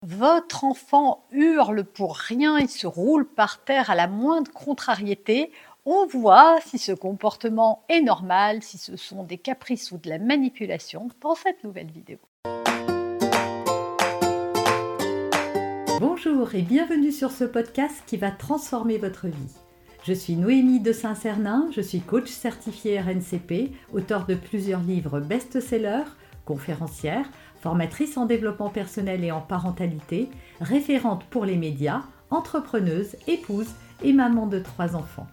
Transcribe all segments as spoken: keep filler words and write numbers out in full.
Votre enfant hurle pour rien, il se roule par terre à la moindre contrariété. On voit si ce comportement est normal, si ce sont des caprices ou de la manipulation dans cette nouvelle vidéo. Bonjour et bienvenue sur ce podcast qui va transformer votre vie. Je suis Noémie de Saint-Cernin, je suis coach certifiée R N C P, auteure de plusieurs livres best-sellers, conférencière, formatrice en développement personnel et en parentalité, référente pour les médias, entrepreneuse, épouse et maman de trois enfants.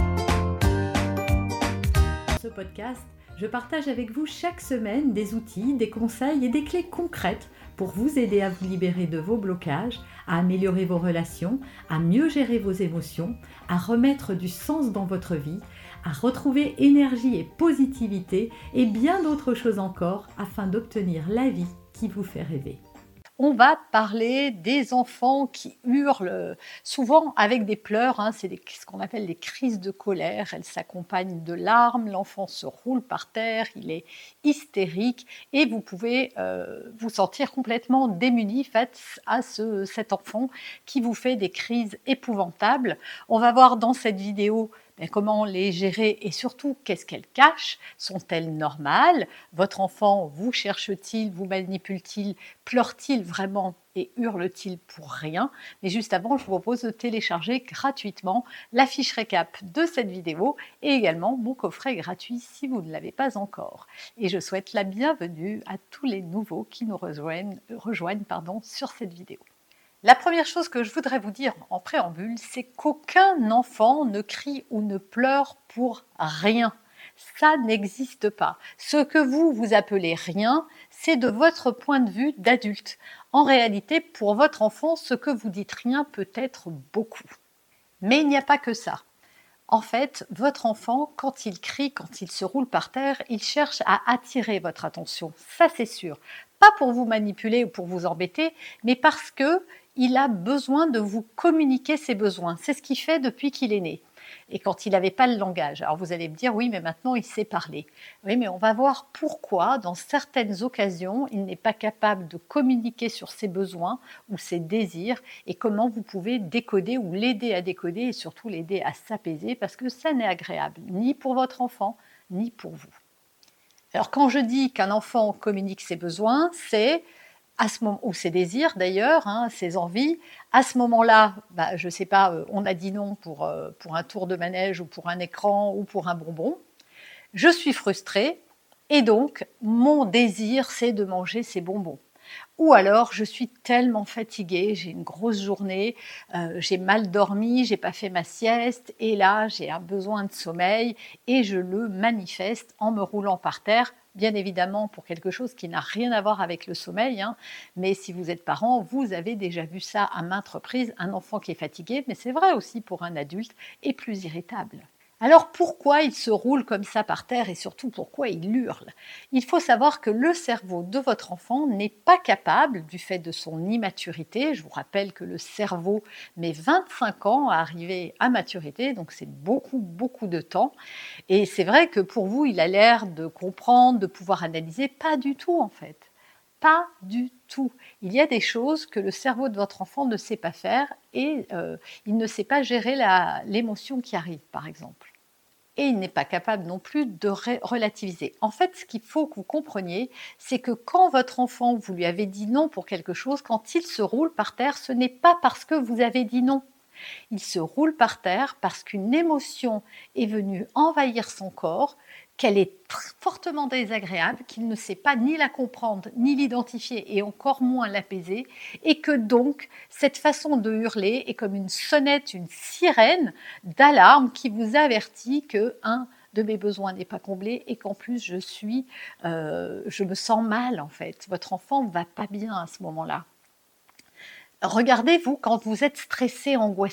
Dans ce podcast, je partage avec vous chaque semaine des outils, des conseils et des clés concrètes pour vous aider à vous libérer de vos blocages, à améliorer vos relations, à mieux gérer vos émotions, à remettre du sens dans votre vie, à retrouver énergie et positivité et bien d'autres choses encore afin d'obtenir la vie qui vous fait rêver. On va parler des enfants qui hurlent, souvent avec des pleurs, hein, c'est des, ce qu'on appelle des crises de colère. Elles s'accompagnent de larmes, l'enfant se roule par terre, il est hystérique et vous pouvez euh, vous sentir complètement démuni face à ce, cet enfant qui vous fait des crises épouvantables. On va voir dans cette vidéo mais comment les gérer et surtout qu'est-ce qu'elles cachent? Sont-elles normales? Votre enfant vous cherche-t-il, vous manipule-t-il, pleure-t-il vraiment et hurle-t-il pour rien? Mais juste avant, je vous propose de télécharger gratuitement la fiche récap de cette vidéo et également mon coffret gratuit si vous ne l'avez pas encore. Et je souhaite la bienvenue à tous les nouveaux qui nous rejoignent, rejoignent pardon, sur cette vidéo. La première chose que je voudrais vous dire en préambule, c'est qu'aucun enfant ne crie ou ne pleure pour rien. Ça n'existe pas. Ce que vous, vous appelez rien, c'est de votre point de vue d'adulte. En réalité, pour votre enfant, ce que vous dites rien peut être beaucoup. Mais il n'y a pas que ça. En fait, votre enfant, quand il crie, quand il se roule par terre, il cherche à attirer votre attention. Ça, c'est sûr. Pas pour vous manipuler ou pour vous embêter, mais parce que il a besoin de vous communiquer ses besoins. C'est ce qu'il fait depuis qu'il est né. Et quand il n'avait pas le langage. Alors vous allez me dire, oui, mais maintenant il sait parler. Oui, mais on va voir pourquoi, dans certaines occasions, il n'est pas capable de communiquer sur ses besoins ou ses désirs et comment vous pouvez décoder ou l'aider à décoder et surtout l'aider à s'apaiser parce que ça n'est agréable, ni pour votre enfant, ni pour vous. Alors quand je dis qu'un enfant communique ses besoins, c'est à ce moment, ou ses désirs d'ailleurs, hein, ses envies, à ce moment-là, bah, je ne sais pas, euh, on a dit non pour, euh, pour un tour de manège ou pour un écran ou pour un bonbon. Je suis frustrée et donc mon désir, c'est de manger ces bonbons. Ou alors, je suis tellement fatiguée, j'ai une grosse journée, euh, j'ai mal dormi, j'ai pas fait ma sieste, et là, j'ai un besoin de sommeil, et je le manifeste en me roulant par terre, bien évidemment pour quelque chose qui n'a rien à voir avec le sommeil, hein, mais si vous êtes parent, vous avez déjà vu ça à maintes reprises, un enfant qui est fatigué, mais c'est vrai aussi pour un adulte, et plus irritable. Alors pourquoi il se roule comme ça par terre et surtout pourquoi il hurle? Il faut savoir que le cerveau de votre enfant n'est pas capable, du fait de son immaturité, je vous rappelle que le cerveau met vingt-cinq ans à arriver à maturité, donc c'est beaucoup, beaucoup de temps. Et c'est vrai que pour vous, il a l'air de comprendre, de pouvoir analyser, pas du tout en fait. Pas du tout. Il y a des choses que le cerveau de votre enfant ne sait pas faire et euh, il ne sait pas gérer la, l'émotion qui arrive, par exemple. Et il n'est pas capable non plus de ré- relativiser. En fait, ce qu'il faut que vous compreniez, c'est que quand votre enfant, vous lui avez dit non pour quelque chose, quand il se roule par terre, ce n'est pas parce que vous avez dit non. Il se roule par terre parce qu'une émotion est venue envahir son corps, qu'elle est fortement désagréable, qu'il ne sait pas ni la comprendre, ni l'identifier, et encore moins l'apaiser, et que donc cette façon de hurler est comme une sonnette, une sirène d'alarme qui vous avertit que un de mes besoins n'est pas comblé et qu'en plus je suis, euh, je me sens mal en fait. Votre enfant ne va pas bien à ce moment-là. Regardez-vous quand vous êtes stressé, angoissé.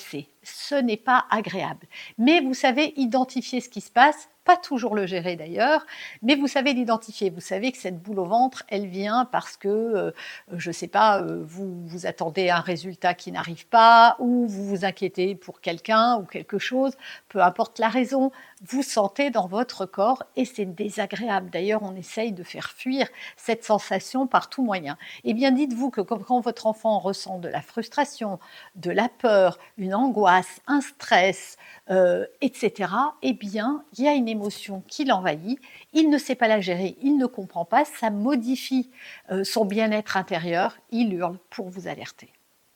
ce n'est pas agréable. Mais vous savez identifier ce qui se passe, pas toujours le gérer d'ailleurs, mais vous savez l'identifier. Vous savez que cette boule au ventre, elle vient parce que, euh, je ne sais pas, euh, vous, vous attendez un résultat qui n'arrive pas, ou vous vous inquiétez pour quelqu'un ou quelque chose, peu importe la raison, vous sentez dans votre corps et c'est désagréable. D'ailleurs, on essaye de faire fuir cette sensation par tout moyen. Eh bien, dites-vous que quand votre enfant ressent de la frustration, de la peur, une angoisse, un stress, euh, et cetera, eh bien, il y a une émotion qui l'envahit, il ne sait pas la gérer, il ne comprend pas, ça modifie euh, son bien-être intérieur, il hurle pour vous alerter.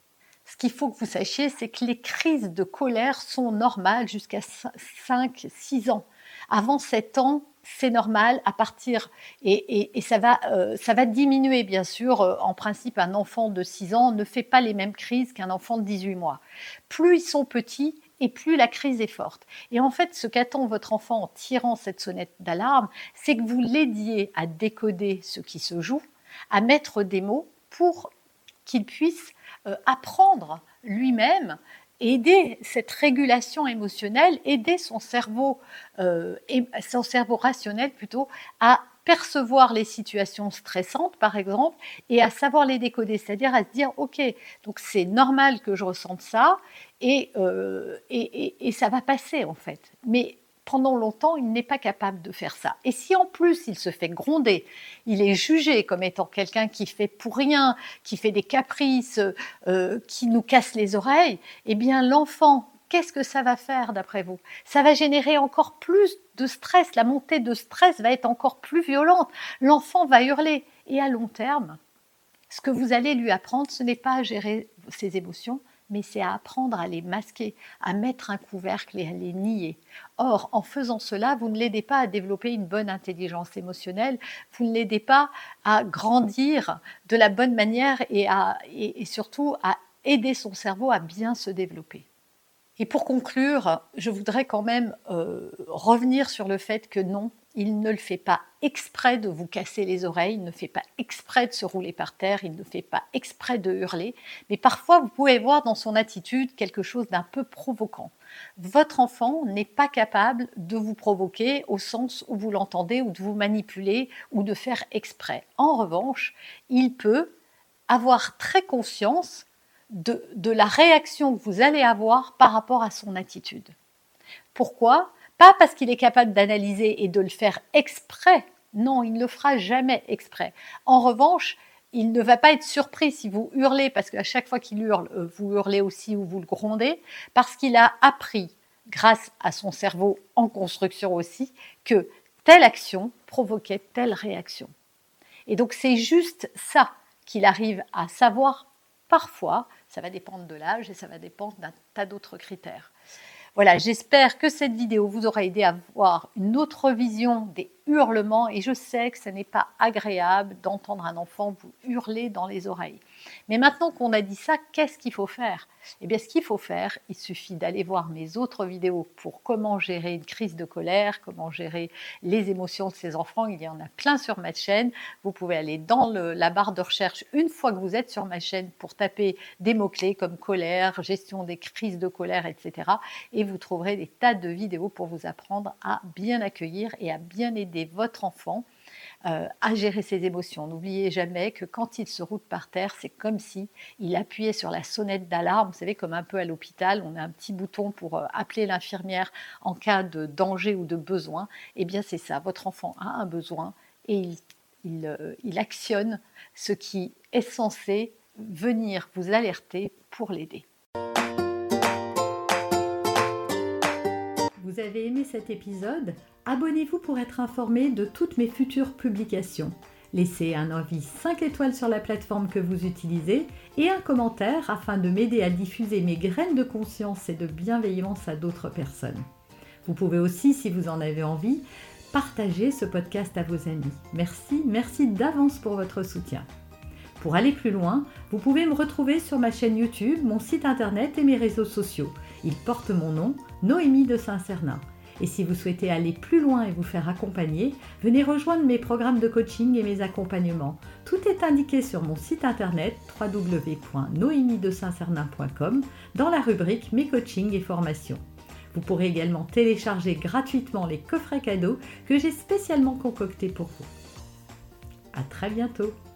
Ce qu'il faut que vous sachiez, c'est que les crises de colère sont normales jusqu'à cinq six ans. Avant sept ans, c'est normal à partir, et, et, et ça, va, euh, ça va diminuer bien sûr. Euh, en principe, un enfant de six ans ne fait pas les mêmes crises qu'un enfant de dix-huit mois. Plus ils sont petits, et plus la crise est forte. Et en fait, ce qu'attend votre enfant en tirant cette sonnette d'alarme, c'est que vous l'aidiez à décoder ce qui se joue, à mettre des mots pour qu'il puisse euh, apprendre lui-même, aider cette régulation émotionnelle, aider son cerveau, euh, et son cerveau rationnel plutôt, à percevoir les situations stressantes, par exemple, et à savoir les décoder, c'est-à-dire à se dire, ok, donc c'est normal que je ressente ça, et, euh, et, et, et ça va passer en fait. Mais pendant longtemps, il n'est pas capable de faire ça. Et si en plus il se fait gronder, il est jugé comme étant quelqu'un qui fait pour rien, qui fait des caprices, euh, qui nous casse les oreilles, eh bien l'enfant, qu'est-ce que ça va faire d'après vous? Ça va générer encore plus de stress, la montée de stress va être encore plus violente, l'enfant va hurler. Et à long terme, ce que vous allez lui apprendre, ce n'est pas à gérer ses émotions, mais c'est à apprendre à les masquer, à mettre un couvercle et à les nier. Or, en faisant cela, vous ne l'aidez pas à développer une bonne intelligence émotionnelle, vous ne l'aidez pas à grandir de la bonne manière et, à, et, et surtout à aider son cerveau à bien se développer. Et pour conclure, je voudrais quand même euh, revenir sur le fait que non, il ne le fait pas exprès de vous casser les oreilles, il ne fait pas exprès de se rouler par terre, il ne fait pas exprès de hurler, mais parfois vous pouvez voir dans son attitude quelque chose d'un peu provoquant. Votre enfant n'est pas capable de vous provoquer au sens où vous l'entendez ou de vous manipuler ou de faire exprès. En revanche, il peut avoir très conscience de, de la réaction que vous allez avoir par rapport à son attitude. Pourquoi ? Pas parce qu'il est capable d'analyser et de le faire exprès. Non, il ne le fera jamais exprès. En revanche, il ne va pas être surpris si vous hurlez, parce qu'à chaque fois qu'il hurle, vous hurlez aussi ou vous le grondez, parce qu'il a appris, grâce à son cerveau en construction aussi, que telle action provoquait telle réaction. Et donc c'est juste ça qu'il arrive à savoir parfois. Ça va dépendre de l'âge et ça va dépendre d'un tas d'autres critères. Voilà, j'espère que cette vidéo vous aura aidé à voir une autre vision des hurlements et je sais que ce n'est pas agréable d'entendre un enfant vous hurler dans les oreilles. Mais maintenant qu'on a dit ça, qu'est-ce qu'il faut faire ? Eh bien, ce qu'il faut faire, il suffit d'aller voir mes autres vidéos pour comment gérer une crise de colère, comment gérer les émotions de ses enfants. Il y en a plein sur ma chaîne. Vous pouvez aller dans le, la barre de recherche une fois que vous êtes sur ma chaîne pour taper des mots-clés comme colère, gestion des crises de colère, et cetera. Et vous trouverez des tas de vidéos pour vous apprendre à bien accueillir et à bien aider votre enfant Euh, à gérer ses émotions. N'oubliez jamais que quand il se roule par terre, c'est comme si il appuyait sur la sonnette d'alarme. Vous savez, comme un peu à l'hôpital, on a un petit bouton pour euh, appeler l'infirmière en cas de danger ou de besoin. Eh bien, c'est ça. Votre enfant a un besoin et il, il, euh, il actionne ce qui est censé venir vous alerter pour l'aider. Vous avez aimé cet épisode ? Abonnez-vous pour être informé de toutes mes futures publications. Laissez un avis cinq étoiles sur la plateforme que vous utilisez et un commentaire afin de m'aider à diffuser mes graines de conscience et de bienveillance à d'autres personnes. Vous pouvez aussi, si vous en avez envie, partager ce podcast à vos amis. Merci, merci d'avance pour votre soutien. Pour aller plus loin, vous pouvez me retrouver sur ma chaîne YouTube, mon site internet et mes réseaux sociaux. Ils portent mon nom, Noémie de Saint-Cernin. Et si vous souhaitez aller plus loin et vous faire accompagner, venez rejoindre mes programmes de coaching et mes accompagnements. Tout est indiqué sur mon site internet w w w point noémie de saint sernin point com dans la rubrique Mes coachings et formations. Vous pourrez également télécharger gratuitement les coffrets cadeaux que j'ai spécialement concoctés pour vous. À très bientôt!